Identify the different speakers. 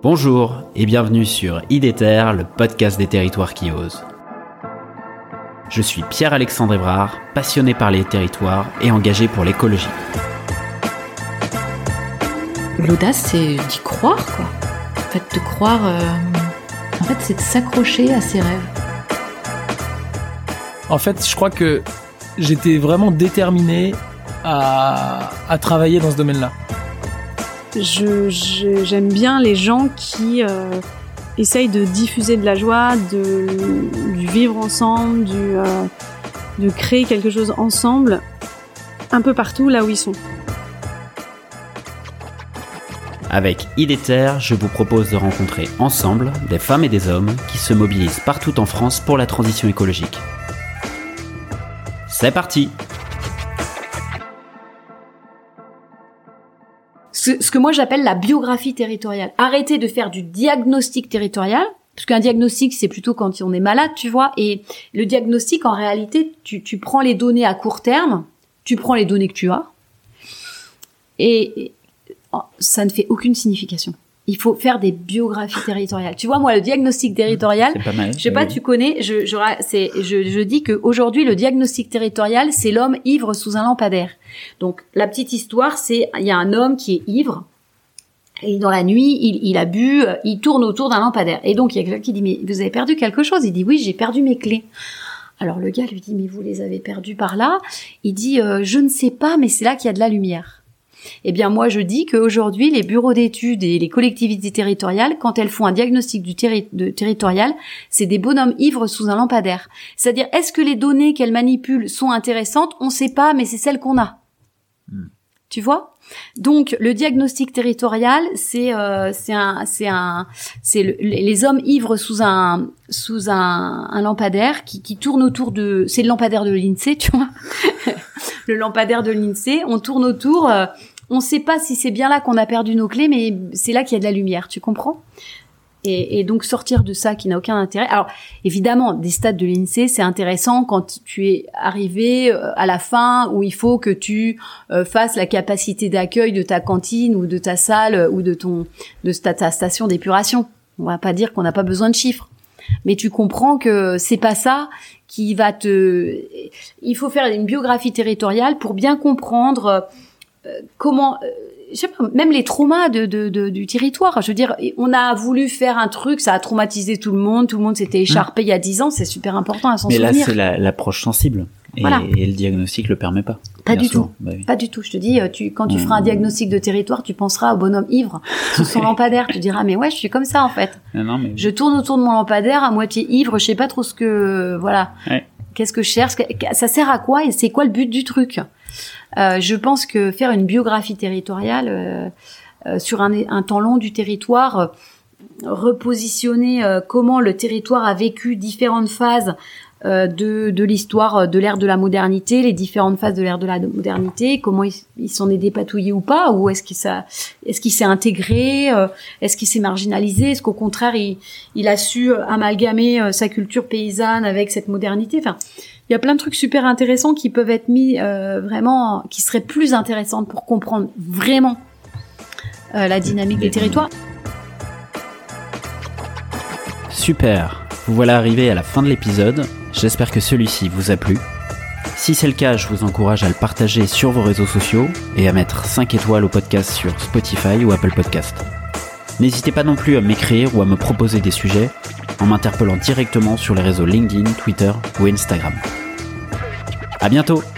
Speaker 1: Bonjour et bienvenue sur IDETER, le podcast des territoires qui osent. Je suis Pierre-Alexandre Évrard, passionné par les territoires et engagé pour l'écologie.
Speaker 2: L'audace, c'est d'y croire, quoi. En fait, de croire... En fait, c'est de s'accrocher à ses rêves.
Speaker 3: En fait, je crois que j'étais vraiment déterminé à travailler dans ce domaine-là.
Speaker 4: J'aime bien les gens qui essayent de diffuser de la joie, du vivre ensemble, de créer quelque chose ensemble, un peu partout là où ils sont.
Speaker 1: Avec IDETER, je vous propose de rencontrer ensemble des femmes et des hommes qui se mobilisent partout en France pour la transition écologique. C'est parti!
Speaker 2: Ce que moi j'appelle la biographie territoriale. Arrêtez de faire du diagnostic territorial, parce qu'un diagnostic c'est plutôt quand on est malade, tu vois, et le diagnostic en réalité, tu prends les données à court terme, tu prends les données que tu as, et ça ne fait aucune signification. Il faut faire des biographies territoriales. Tu vois, moi, le diagnostic territorial,
Speaker 1: c'est pas mal,
Speaker 2: je sais pas, tu connais, je dis que aujourd'hui, le diagnostic territorial, c'est l'homme ivre sous un lampadaire. Donc, la petite histoire, c'est, il y a un homme qui est ivre, et dans la nuit, il a bu, il tourne autour d'un lampadaire. Et donc, il y a quelqu'un qui dit, mais vous avez perdu quelque chose? Il dit, oui, j'ai perdu mes clés. Alors, le gars lui dit, mais vous les avez perdues par là? Il dit, je ne sais pas, mais c'est là qu'il y a de la lumière. Eh bien, moi, je dis qu'aujourd'hui, les bureaux d'études et les collectivités territoriales, quand elles font un diagnostic territorial, c'est des bonhommes ivres sous un lampadaire. C'est-à-dire, est-ce que les données qu'elles manipulent sont intéressantes? On ne sait pas, mais c'est celles qu'on a. Tu vois? Donc, le diagnostic territorial, c'est les hommes ivres sous un lampadaire qui tourne autour de, c'est le lampadaire de l'INSEE, tu vois? Le lampadaire de l'INSEE, on tourne autour, on sait pas si c'est bien là qu'on a perdu nos clés, mais c'est là qu'il y a de la lumière, tu comprends? Et donc sortir de ça qui n'a aucun intérêt. Alors évidemment, des stats de l'INSEE, c'est intéressant quand tu es arrivé à la fin où il faut que tu fasses la capacité d'accueil de ta cantine ou de ta salle ou de ta station d'épuration. On va pas dire qu'on n'a pas besoin de chiffres, mais tu comprends que c'est pas ça qui va il faut faire une biographie territoriale pour bien comprendre comment, je sais pas, même les traumas du territoire. Je veux dire, on a voulu faire un truc, ça a traumatisé tout le monde s'était écharpé il y a 10 ans, c'est super important à s'en souvenir.
Speaker 1: Mais là, c'est l'approche sensible. Voilà. Et le diagnostic le permet pas.
Speaker 2: Pas du tout. Bah oui. Pas du tout. Je te dis, quand tu feras un diagnostic de territoire, tu penseras au bonhomme ivre sous son lampadaire. Tu diras, mais ouais, je suis comme ça, en fait.
Speaker 1: Non, mais...
Speaker 2: Je tourne autour de mon lampadaire à moitié ivre, je sais pas trop ce que, voilà. Ouais. Qu'est-ce que je cherche? Ça sert à quoi? Et c'est quoi le but du truc? Je pense que faire une biographie territoriale, sur un temps long du territoire, repositionner comment le territoire a vécu différentes phases de l'histoire de l'ère de la modernité, les différentes phases de l'ère de la modernité, comment il s'en est dépatouillé ou pas, ou est-ce qu'il s'est intégré, est-ce qu'il s'est marginalisé, est-ce qu'au contraire il a su amalgamer sa culture paysanne avec cette modernité. Enfin, il y a plein de trucs super intéressants qui peuvent être mis vraiment, qui seraient plus intéressantes pour comprendre vraiment la dynamique des territoires.
Speaker 1: Super, vous voilà arrivé à la fin de l'épisode. J'espère que celui-ci vous a plu. Si c'est le cas, je vous encourage à le partager sur vos réseaux sociaux et à mettre 5 étoiles au podcast sur Spotify ou Apple Podcast. N'hésitez pas non plus à m'écrire ou à me proposer des sujets en m'interpellant directement sur les réseaux LinkedIn, Twitter ou Instagram. À bientôt!